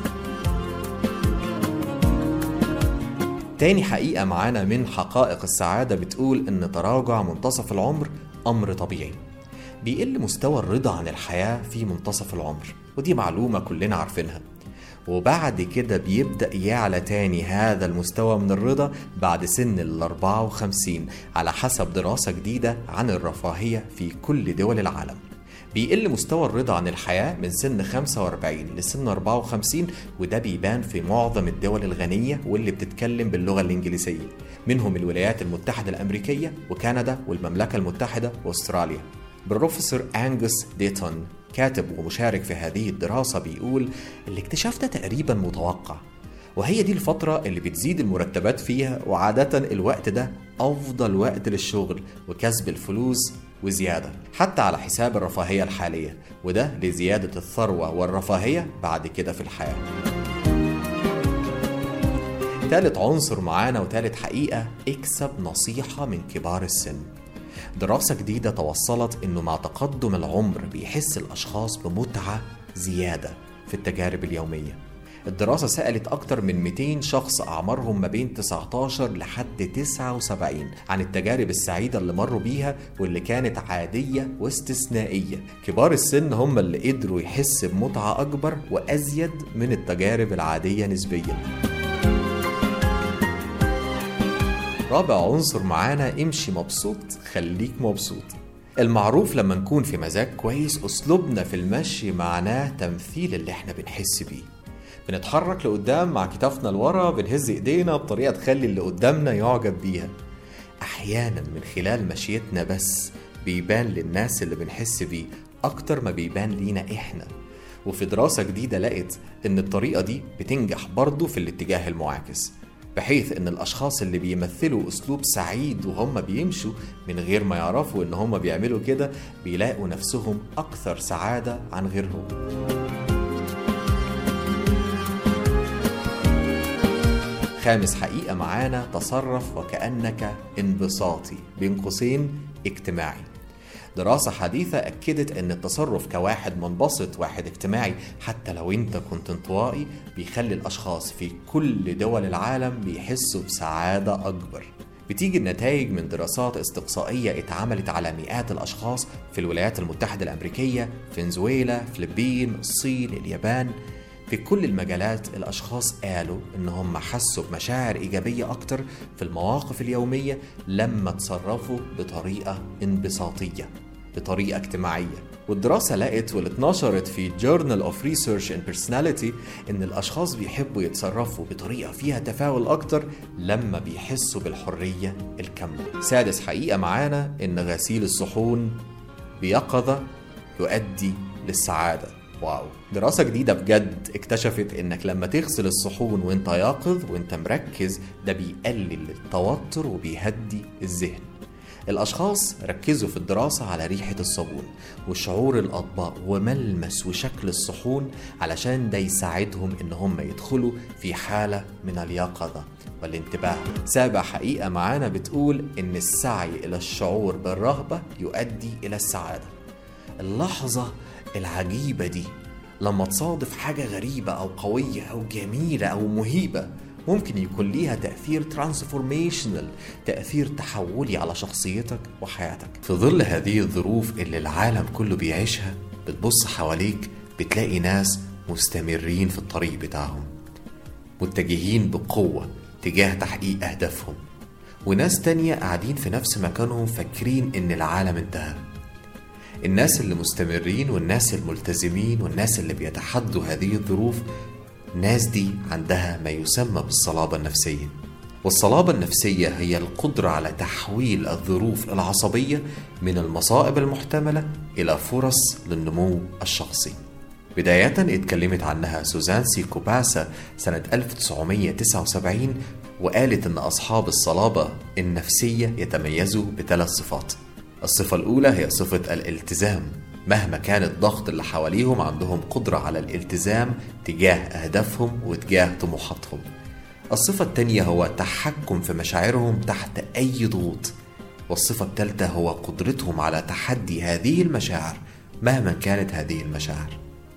تاني حقيقة معانا من حقائق السعادة بتقول ان تراجع منتصف العمر امر طبيعي. بيقل مستوى الرضا عن الحياة في منتصف العمر، ودي معلومة كلنا عارفينها. وبعد كده بيبدأ يعلى تاني هذا المستوى من الرضا بعد سن الأربعة وخمسين، على حسب دراسة جديدة عن الرفاهية في كل دول العالم. بيقل مستوى الرضا عن الحياة من سن خمسة وأربعين لسن أربعة وخمسين، وده بيبان في معظم الدول الغنية واللي بتتكلم باللغة الإنجليزية، منهم الولايات المتحدة الأمريكية وكندا والمملكة المتحدة وأستراليا. بروفيسور أنجوس ديتون كاتب ومشارك في هذه الدراسة بيقول الاكتشاف ده تقريبا متوقع، وهي دي الفترة اللي بتزيد المرتبات فيها، وعادة الوقت ده أفضل وقت للشغل وكسب الفلوس وزيادة حتى على حساب الرفاهية الحالية، وده لزيادة الثروة والرفاهية بعد كده في الحياة. ثالث عنصر معانا وثالث حقيقة، اكسب نصيحة من كبار السن. دراسة جديدة توصلت انه مع تقدم العمر بيحس الاشخاص بمتعة زيادة في التجارب اليومية. الدراسة سألت أكتر من مئتين شخص أعمارهم ما بين تسعة عشر لحد تسعة وسبعين عن التجارب السعيدة اللي مروا بيها واللي كانت عادية واستثنائية. كبار السن هم اللي قدروا يحس بمتعة أكبر وأزيد من التجارب العادية نسبياً. رابع عنصر معانا، امشي مبسوط خليك مبسوط. المعروف لما نكون في مزاج كويس أسلوبنا في المشي معناه تمثيل اللي احنا بنحس بيه. بنتحرك لقدام مع كتافنا لورا، بنهز ايدينا بطريقة تخلي اللي قدامنا يعجب بيها. احيانا من خلال مشيتنا بس بيبان للناس اللي بنحس بيه اكتر ما بيبان لينا احنا. وفي دراسة جديدة لقت ان الطريقة دي بتنجح برضو في الاتجاه المعاكس، بحيث ان الاشخاص اللي بيمثلوا اسلوب سعيد وهم بيمشوا من غير ما يعرفوا ان هم بيعملوا كده بيلاقوا نفسهم اكثر سعادة عن غيرهم. خامس حقيقة معانا، تصرف وكأنك انبساطي بين قوسين اجتماعي. دراسة حديثة أكدت أن التصرف كواحد منبسط واحد اجتماعي حتى لو أنت كنت انطوائي بيخلي الأشخاص في كل دول العالم بيحسوا بسعادة أكبر. بتيجي النتائج من دراسات استقصائية اتعملت على مئات الأشخاص في الولايات المتحدة الأمريكية، فنزويلا، فلبين، الصين، اليابان. في كل المجالات الأشخاص قالوا إنهم حسوا بمشاعر إيجابية أكتر في المواقف اليومية لما تصرفوا بطريقة انبساطية، بطريقة اجتماعية. والدراسة لقت واللي اتنشرت في Journal of Research and Personality إن الأشخاص بيحبوا يتصرفوا بطريقة فيها تفاؤل أكتر لما بيحسوا بالحرية الكاملة. سادس حقيقة معانا، إن غسيل الصحون بيقظة يؤدي للسعادة. واو، دراسة جديدة بجد اكتشفت انك لما تغسل الصحون وانت يقظ وانت مركز ده بيقلل التوتر وبيهدي الذهن. الاشخاص ركزوا في الدراسة على ريحة الصابون وشعور الاطباق وملمس وشكل الصحون علشان ده يساعدهم ان هم يدخلوا في حالة من اليقظة والانتباه. سابع حقيقة معانا بتقول ان السعي الى الشعور بالرغبة يؤدي الى السعادة. اللحظة العجيبة دي لما تصادف حاجة غريبة أو قوية أو جميلة أو مهيبة ممكن يكون ليها تأثير ترانسفورميشنال، تأثير تحولي على شخصيتك وحياتك. في ظل هذه الظروف اللي العالم كله بيعيشها بتبص حواليك بتلاقي ناس مستمرين في الطريق بتاعهم، متجهين بقوة تجاه تحقيق أهدافهم، وناس تانية قاعدين في نفس مكانهم فاكرين إن العالم انتهى. الناس اللي مستمرين والناس الملتزمين والناس اللي بيتحدوا هذه الظروف، الناس دي عندها ما يسمى بالصلابة النفسية. والصلابة النفسية هي القدرة على تحويل الظروف العصبية من المصائب المحتملة إلى فرص للنمو الشخصي. بداية اتكلمت عنها سوزان سيكوباسا سنة ألف وتسعمائة وتسعة وسبعين، وقالت إن أصحاب الصلابة النفسية يتميزوا بثلاث صفات. الصفة الأولى هي صفة الالتزام، مهما كان الضغط اللي حواليهم عندهم قدرة على الالتزام تجاه أهدافهم وتجاه طموحاتهم. الصفة الثانية هو التحكم في مشاعرهم تحت أي ضغوط. والصفة الثالثة هو قدرتهم على تحدي هذه المشاعر مهما كانت هذه المشاعر.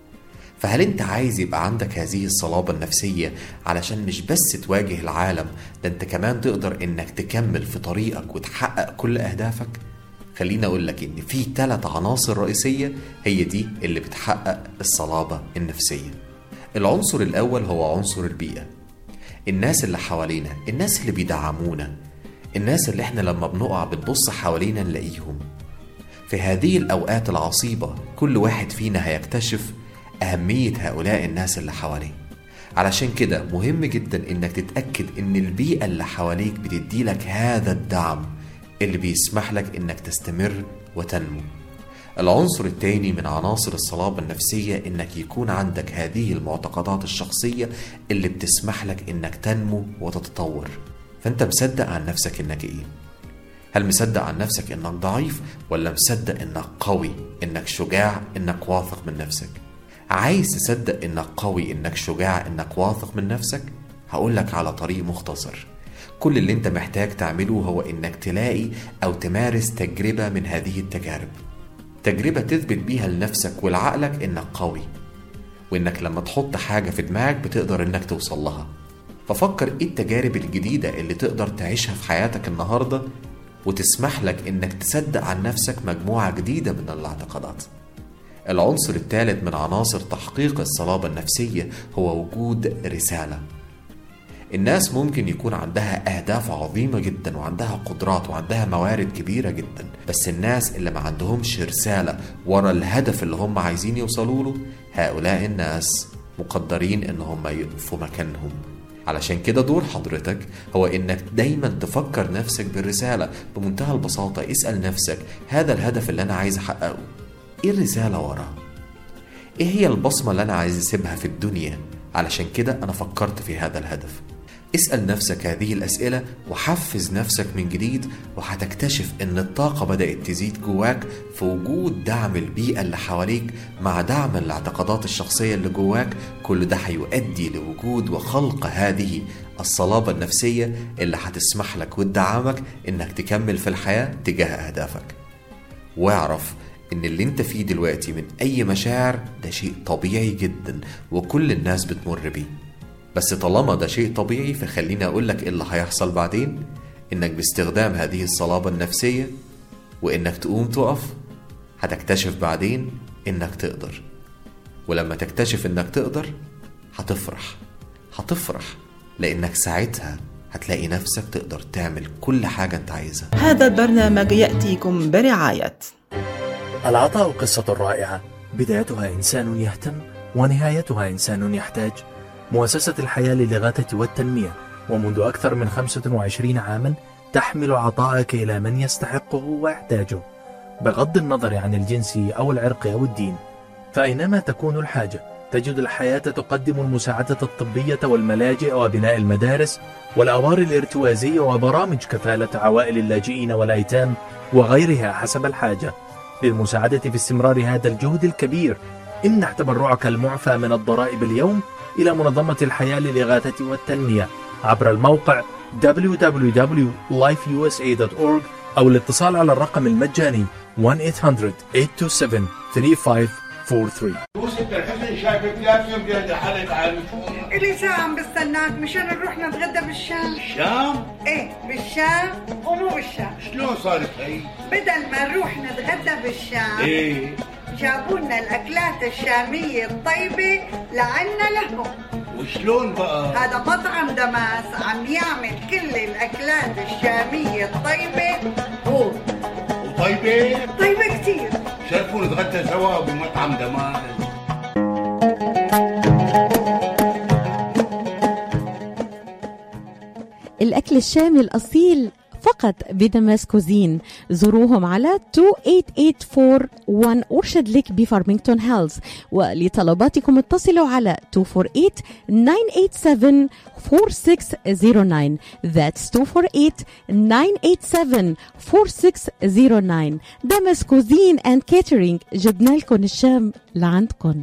فهل انت عايز يبقى عندك هذه الصلابة النفسية علشان مش بس تواجه العالم، ده انت كمان تقدر انك تكمل في طريقك وتحقق كل أهدافك؟ خلينا أقول لك إن في ثلاث عناصر رئيسية هي دي اللي بتحقق الصلابة النفسية. العنصر الأول هو عنصر البيئة، الناس اللي حوالينا، الناس اللي بيدعمونا، الناس اللي احنا لما بنقع بنبص حوالينا نلاقيهم. في هذه الأوقات العصيبة كل واحد فينا هيكتشف أهمية هؤلاء الناس اللي حواليه. علشان كده مهم جدا إنك تتأكد إن البيئة اللي حواليك بتدي لك هذا الدعم اللي بيسمح لك إنك تستمر وتنمو. العنصر الثاني من عناصر الصلابة النفسية إنك يكون عندك هذه المعتقدات الشخصية اللي بتسمح لك إنك تنمو وتتطور. فأنت مصدق عن نفسك إنك إيه؟ هل مصدق عن نفسك إنك ضعيف، ولا مصدق إنك قوي، إنك شجاع، إنك واثق من نفسك؟ عايز تصدق إنك قوي، إنك شجاع، إنك واثق من نفسك؟ هقولك على طريق مختصر. كل اللي انت محتاج تعمله هو إنك تلاقي أو تمارس تجربة من هذه التجارب، تجربة تثبت بيها لنفسك ولعقلك إنك قوي، وإنك لما تحط حاجة في دماغك بتقدر إنك توصل لها. ففكر إيه التجارب الجديدة اللي تقدر تعيشها في حياتك النهاردة وتسمح لك إنك تصدق عن نفسك مجموعة جديدة من الاعتقادات. العنصر الثالث من عناصر تحقيق الصلابة النفسية هو وجود رسالة. الناس ممكن يكون عندها أهداف عظيمة جدا وعندها قدرات وعندها موارد كبيرة جدا، بس الناس اللي ما عندهمش رسالة ورا الهدف اللي هم عايزين يوصلوا له، هؤلاء الناس مقدرين إن هم يقفوا مكانهم. علشان كده دور حضرتك هو إنك دايما تفكر نفسك بالرسالة. بمنتهى البساطة اسأل نفسك، هذا الهدف اللي أنا عايز أحققه إيه الرسالة وراه؟ إيه هي البصمة اللي أنا عايز أسيبها في الدنيا علشان كده أنا فكرت في هذا الهدف؟ اسأل نفسك هذه الأسئلة وحفز نفسك من جديد، وهتكتشف إن الطاقة بدأت تزيد جواك في وجود دعم البيئة اللي حواليك مع دعم الاعتقادات الشخصية اللي جواك. كل ده هيؤدي لوجود وخلق هذه الصلابة النفسية اللي هتسمح لك وتدعمك إنك تكمل في الحياة تجاه أهدافك. واعرف إن اللي انت فيه دلوقتي من أي مشاعر ده شيء طبيعي جدا وكل الناس بتمر بيه، بس طالما ده شيء طبيعي فخليني أقولك إيه اللي هيحصل بعدين. إنك باستخدام هذه الصلابة النفسية وإنك تقوم تقف هتكتشف بعدين إنك تقدر، ولما تكتشف إنك تقدر هتفرح هتفرح لأنك ساعتها هتلاقي نفسك تقدر تعمل كل حاجة انت عايزها. هذا البرنامج يأتيكم برعاية العطاء قصة رائعة، بدايتها إنسان يهتم ونهايتها إنسان يحتاج. مؤسسة الحياة للإغاثة والتنمية، ومنذ أكثر من خمسة وعشرين عاما تحمل عطاءك إلى من يستحقه ويحتاجه، بغض النظر عن الجنس أو العرق أو الدين. فأينما تكون الحاجة تجد الحياة تقدم المساعدة الطبية والملاجئ وبناء المدارس والأوار الارتوازية وبرامج كفالة عوائل اللاجئين والأيتام وغيرها حسب الحاجة. للمساعدة في استمرار هذا الجهد الكبير امنح تبرعك المعفى من الضرائب اليوم إلى منظمة الحياة للإغاثة والتنمية عبر الموقع دبليو دبليو دبليو دوت لايف يو اس اي دوت أورج أو الاتصال على الرقم المجاني واحد ثمانية صفر ثمانية اثنين سبعة ثلاثة خمسة أربعة ثلاثة. يوسف الحسن شايفك لازم بيد حالك على إلي ساعة عم بستناك مشان نروح نتغدى بالشام. الشام؟ إيه بالشام ومو بالشام. شلون صارت هي؟ بدل ما نروح نتغدى بالشام إيه جابوا لنا الأكلات الشامية الطيبة لعنا لهم. وشلون بقى؟ هذا مطعم دماس عم يعمل كل الأكلات الشامية الطيبة هو. وطيبة؟ طيبة كتير. شرفوا نتغدى سوا بمطعم دماس. الأكل الشامي الأصيل فقط بدماس كوزين. زوروهم على اثنين ثمانية ثمانية أربعة واحد أورشارد ليك بفارمينغتون هيلز، ولطلباتكم اتصلوا على اثنين أربعة ثمانية تسعة سبعة أربعة ستة صفر تسعة. That's اثنين أربعة ثمانية تسعة سبعة أربعة ستة صفر تسعة. دماس كوزين اند كاترينج، جبنا لكم الشام لعندكم.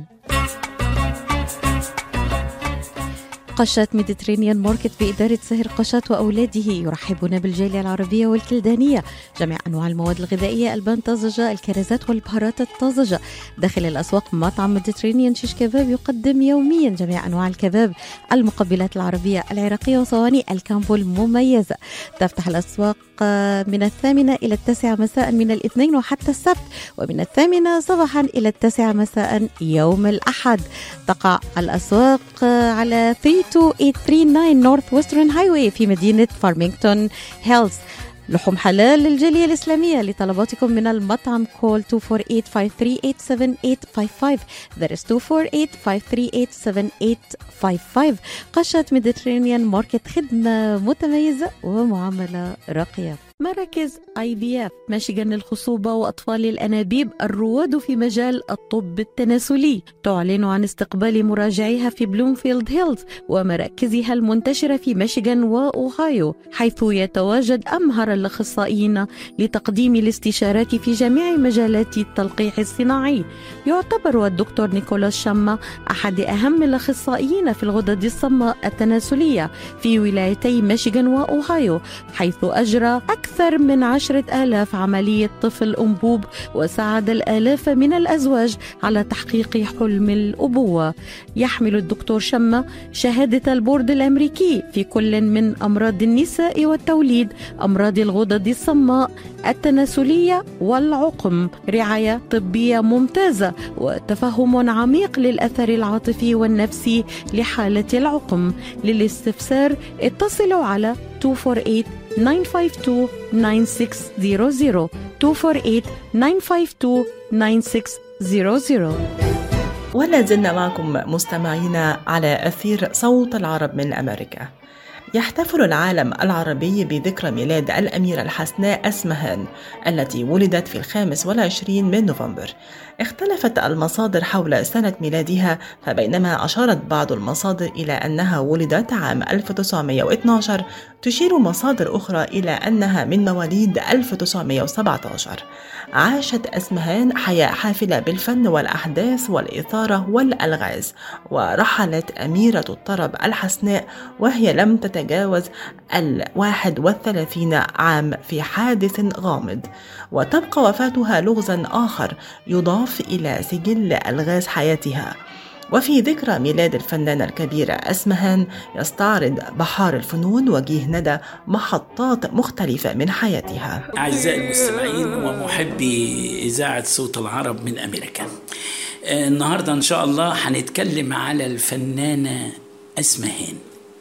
قشات ميديترينيان ماركت بإدارة سهر قشات وأولاده يرحبون بالجالية العربية والكلدانية. جميع أنواع المواد الغذائية، البان طازجة، الكرزات والبهارات الطازجة داخل الأسواق. مطعم ميديترينيان شيش كباب يقدم يوميا جميع أنواع الكباب، المقبلات العربية العراقية وصواني الكامبو المميزة. تفتح الأسواق من الثامنة إلى التاسعة مساء من الاثنين وحتى السبت، ومن الثامنة صباحا إلى التاسعة مساء يوم الأحد. تقع الأسواق على ثلاثة اثنين ثمانية تسعة تسعة نورث ويسترن هايواي في مدينة فارمينغتون هيلز. لحوم حلال للجالية الإسلامية. لطلباتكم من المطعم كول اثنين أربعة ثمانية خمسة ثمانية سبعة ثمانية خمسة خمسة. That is اثنين أربعة ثمانية ثمانية سبعة ثمانية خمسة خمسة. قشة ميديترينيان ماركت، خدمة متميزة ومعاملة راقية. مراكز آي في إف ميشيغان للخصوبة وأطفال الأنابيب الرواد في مجال الطب التناسلي تعلن عن استقبال مراجعيها في بلومفيلد هيلز ومراكزها المنتشرة في ميشيغان وأوهايو، حيث يتواجد أمهر الأخصائيين لتقديم الاستشارات في جميع مجالات التلقيح الصناعي. يعتبر الدكتور نيكولاس شما أحد أهم الأخصائيين في الغدد الصماء التناسلية في ولايتي ميشيغان وأوهايو، حيث أجرى أكثر من عشرة آلاف عملية طفل أنبوب وساعد الآلاف من الأزواج على تحقيق حلم الأبوة. يحمل الدكتور شما شهادة البورد الأمريكي في كل من أمراض النساء والتوليد، أمراض الغدد الصماء التناسلية والعقم، رعاية طبية ممتازة وتفهم عميق للأثر العاطفي والنفسي لحالة العقم. للاستفسار اتصلوا على اثنين أربعة ثمانية تسعة اثنين تسعة ستة صفر صفر اثنين أربعة ثمانية تسعة اثنين ستة صفر صفر. ولا زلنا معكم مستمعينا على أثير صوت العرب من أمريكا. يحتفل العالم العربي بذكرى ميلاد الأميرة الحسناء أسمهان التي ولدت في الخامس والعشرين من نوفمبر. اختلفت المصادر حول سنة ميلادها، فبينما أشارت بعض المصادر إلى أنها ولدت عام ألف وتسعمائة واثني عشر، تشير مصادر أخرى إلى أنها من مواليد ألف وتسعمائة وسبعة عشر. عاشت أسمهان حياة حافلة بالفن والأحداث والإثارة والألغاز، ورحلت أميرة الطرب الحسناء وهي لم تتجاوز الواحد والثلاثين عام في حادث غامض، وتبقى وفاتها لغزا آخر يضاف إلى سجل ألغاز حياتها. وفي ذكرى ميلاد الفنانة الكبيرة أسمهان يستعرض بحار الفنون وجيه ندى محطات مختلفة من حياتها. أعزائي المستمعين ومحبي إذاعة صوت العرب من أمريكا، النهاردة إن شاء الله هنتكلم على الفنانة أسمهان.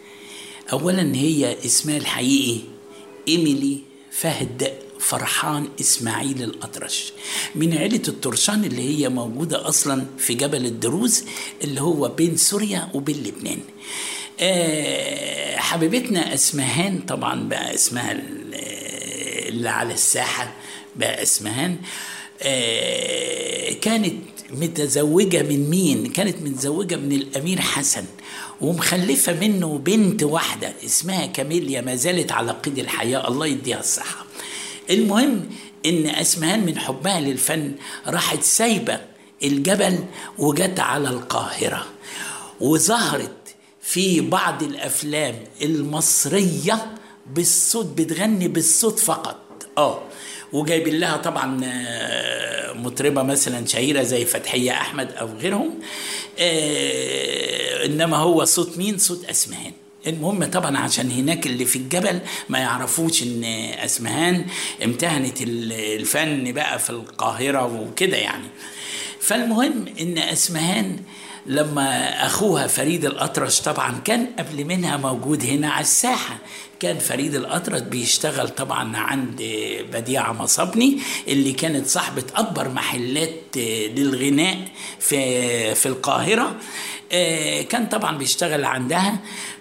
أولا هي اسمها الحقيقي إيميلي فهد فرحان إسماعيل الأطرش، من عيلة الطرشان اللي هي موجودة أصلا في جبل الدروز اللي هو بين سوريا وبين لبنان. أه حبيبتنا أسمهان طبعا بقى اسمها اللي على الساحة بقى أسمهان. أه كانت متزوجة من مين؟ كانت متزوجة من الأمير حسن ومخلفة منه بنت واحدة اسمها كاميليا، ما زالت على قيد الحياة، الله يديها الصحة. المهم إن أسمهان من حبها للفن راحت سايبة الجبل وجت على القاهرة، وظهرت في بعض الأفلام المصرية بالصوت، بتغني بالصوت فقط. آه وجايبين لها طبعا مطربة مثلا شهيرة زي فتحية أحمد أو غيرهم، آه إنما هو صوت مين؟ صوت أسمهان. المهم طبعا عشان هناك اللي في الجبل ما يعرفوش ان أسمهان امتهنت الفن بقى في القاهرة وكده يعني. فالمهم ان أسمهان لما أخوها فريد الأطرش طبعا كان قبل منها موجود هنا على الساحة، كان فريد الأطرش بيشتغل طبعا عند بديعة مصابني اللي كانت صاحبة أكبر محلات للغناء في في القاهرة. كان طبعا بيشتغل عندها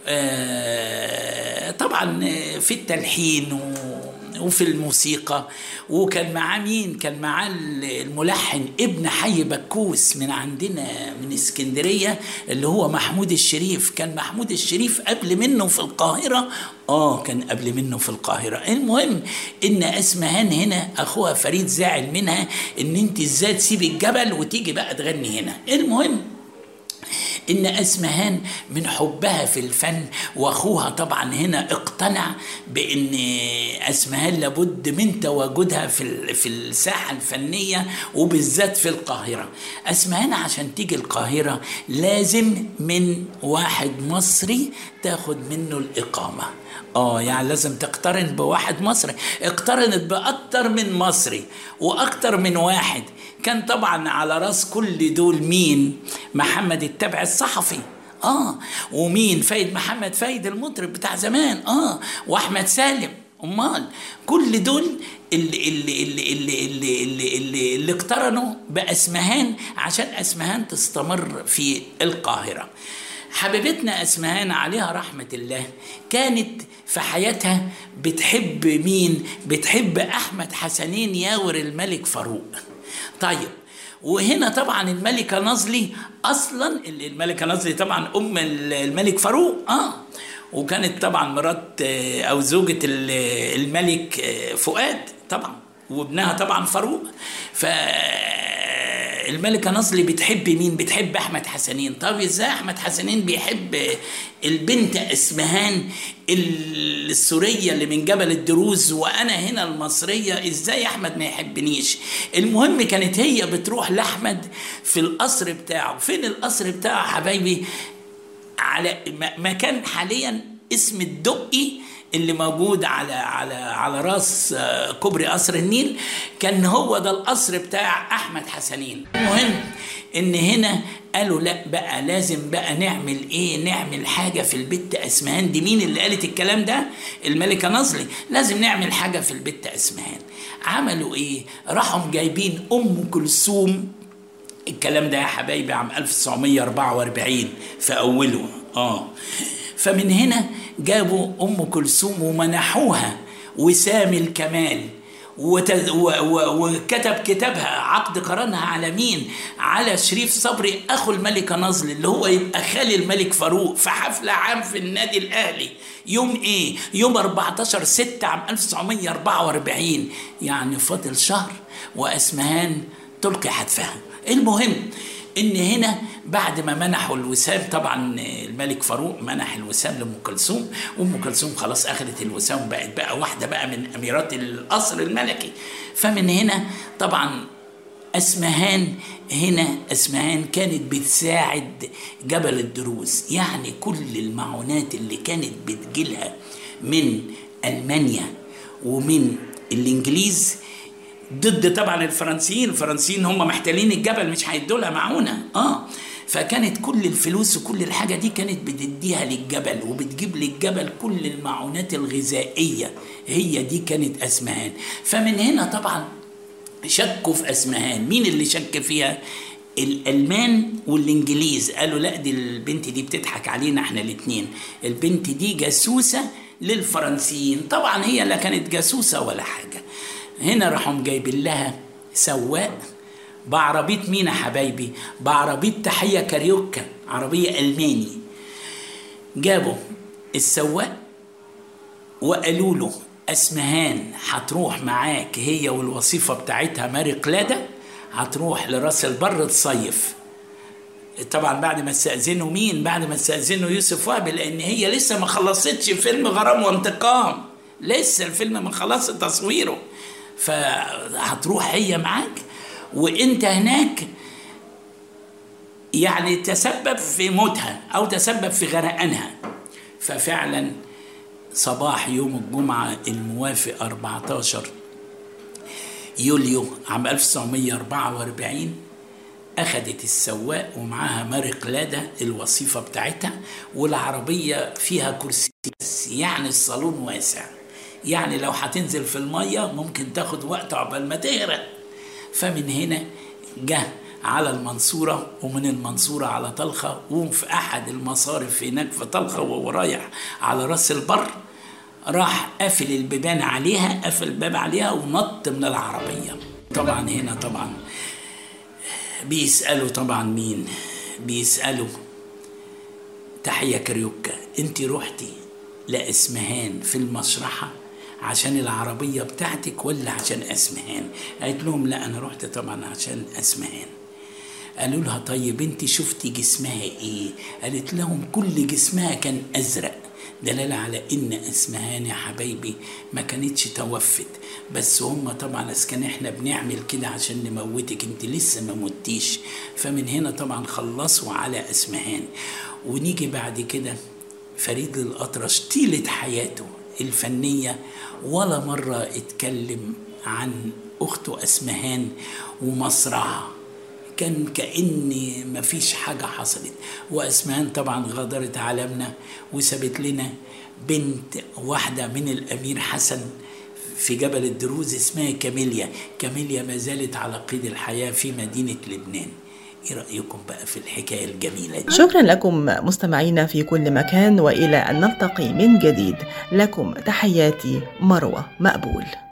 طبعا في التلحين وفي الموسيقى، وكان معاه مين؟ كان معاه الملحن ابن حي بكوس من عندنا من اسكندرية اللي هو محمود الشريف. كان محمود الشريف قبل منه في القاهرة، آه كان قبل منه في القاهرة. المهم إن أسمهان هنا أخوها فريد زعل منها إن أنت إزاي تسيبي الجبل وتيجي بقى تغني هنا. المهم إن أسمهان من حبها في الفن وأخوها طبعا هنا اقتنع بأن أسمهان لابد من تواجدها في في الساحة الفنية وبالذات في القاهرة. أسمهان عشان تيجي القاهرة لازم من واحد مصري تاخد منه الإقامة. آه يعني لازم تقترن بواحد مصري. اقترنت بأكتر من مصري وأكتر من واحد. كان طبعا على راس كل دول مين؟ محمد التبع الصحفي، آه ومين؟ فايد محمد فايد المطرب بتاع زمان، آه وأحمد سالم. أمال كل دول اللي اللي اللي اللي اللي اللي, اللي, اللي اقترنوا بأسمهان عشان أسمهان تستمر في القاهرة. حبيبتنا أسمهان عليها رحمة الله كانت في حياتها بتحب مين؟ بتحب أحمد حسنين ياور الملك فاروق. طيب وهنا طبعا الملكة نظلي أصلا، الملكة نظلي طبعا أم الملك فاروق آه وكانت طبعا مرات أو زوجة الملك فؤاد طبعا، وابنها طبعا فاروق. فالملكة نظلي بتحب مين؟ بتحب أحمد حسنين. طب إزاي أحمد حسنين بيحب البنت أسمهان السورية اللي من جبل الدروز وأنا هنا المصرية؟ إزاي أحمد ما يحبنيش؟ المهم كانت هي بتروح لأحمد في القصر بتاعه. فين القصر بتاعه حبايبي؟ على مكان حاليا اسم الدقي اللي موجود على على على راس كوبري قصر النيل. كان هو ده القصر بتاع أحمد حسنين. المهم ان هنا قالوا لا بقى لازم بقى نعمل ايه؟ نعمل حاجة في البت أسمهان دي. مين اللي قالت الكلام ده؟ الملكة نظلي. لازم نعمل حاجة في البت أسمهان. عملوا ايه؟ راحوا جايبين أم كلثوم. الكلام ده يا حبايبي عام ألف وتسعمية وأربعة وأربعين في أوله. اه فمن هنا جابوا أم كلثوم ومنحوها وسام الكمال وتز... و... و... وكتب كتابها عقد قرانها على مين؟ على شريف صبري أخو الملكة نظلي اللي هو يبقى خالي الملك فاروق، في حفلة عام في النادي الأهلي. يوم إيه؟ يوم أربعتاشر ستة عام ألف وتسعمية وأربعة وأربعين، يعني فاضل شهر وأسمهان تلقي حتفها. المهم ان هنا بعد ما منحوا الوسام، طبعا الملك فاروق منح الوسام لأم كلثوم، وأم كلثوم خلاص اخذت الوسام بقت بقى واحده بقى من اميرات القصر الملكي. فمن هنا طبعا أسمهان هنا أسمهان كانت بتساعد جبل الدروز، يعني كل المعونات اللي كانت بتجيلها من ألمانيا ومن الإنجليز ضد طبعا الفرنسيين. الفرنسيين هم محتلين الجبل مش هيدوا لها معونه. اه فكانت كل الفلوس وكل الحاجه دي كانت بتديها للجبل وبتجيب للجبل كل المعونات الغذائيه. هي دي كانت أسمهان. فمن هنا طبعا شكوا في أسمهان. مين اللي شك فيها؟ الألمان والإنجليز. قالوا لا دي البنت دي بتضحك علينا احنا الاثنين، البنت دي جاسوسه للفرنسيين. طبعا هي لا كانت جاسوسه ولا حاجه. هنا راحوا جايبين لها سواق بعربية مين يا حبايبي؟ بعربية تحية كاريوكا، عربية ألماني. جابوا السواق وقالوا له أسمهان هتروح معاك هي والوصيفة بتاعتها ماري قلادة، هتروح لراس البر تصيف. طبعا بعد ما استأذنوا مين؟ بعد ما استأذنوا يوسف وهبي، لأن هي لسه ما خلصتش فيلم غرام وانتقام، لسه الفيلم ما خلص تصويره. فهتروح هي معاك وانت هناك يعني تسبب في موتها او تسبب في غرقانها. ففعلا صباح يوم الجمعة الموافق أربعتاشر يوليو عام ألف وتسعمية وأربعة وأربعين أخذت السواق ومعاها ماري قلادة الوصيفة بتاعتها، والعربية فيها كرسي يعني الصالون واسع، يعني لو هتنزل في المية ممكن تاخد وقت عقبال ما تغرق. فمن هنا جه على المنصورة، ومن المنصورة على طلخة، وفي أحد المصارف هناك في طلخة وهو رايح على راس البر راح قافل البيبان عليها، قافل الباب عليها ونط من العربية. طبعا هنا طبعا بيسألوا طبعا مين؟ بيسألوا تحية كاريوكا انت روحتي لأسمهان في المشرحة عشان العربية بتاعتك ولا عشان أسمهان؟ قالت لهم لا أنا رحت طبعا عشان أسمهان. قالوا لها طيب انت شفتي جسمها ايه؟ قالت لهم كل جسمها كان أزرق، دلالة على إن أسمهان يا حبايبي ما كانتش توفت، بس هم طبعا اسكن احنا بنعمل كده عشان نموتك، انت لسه ما متيش. فمن هنا طبعا خلصوا على أسمهان. ونيجي بعد كده فريد الأطرش طيلة حياته الفنية ولا مرة اتكلم عن أخته أسمهان ومصرعها، كان كأن مفيش حاجة حصلت. وأسمهان طبعا غادرت عالمنا وسابت لنا بنت واحدة من الأمير حسن في جبل الدروز اسمها كاميليا. كاميليا ما زالت على قيد الحياة في مدينة لبنان. ايه رأيكم بقى في الحكاية الجميلة دي؟ شكرا لكم مستمعينا في كل مكان، وإلى أن نلتقي من جديد، لكم تحياتي مروة مقبول.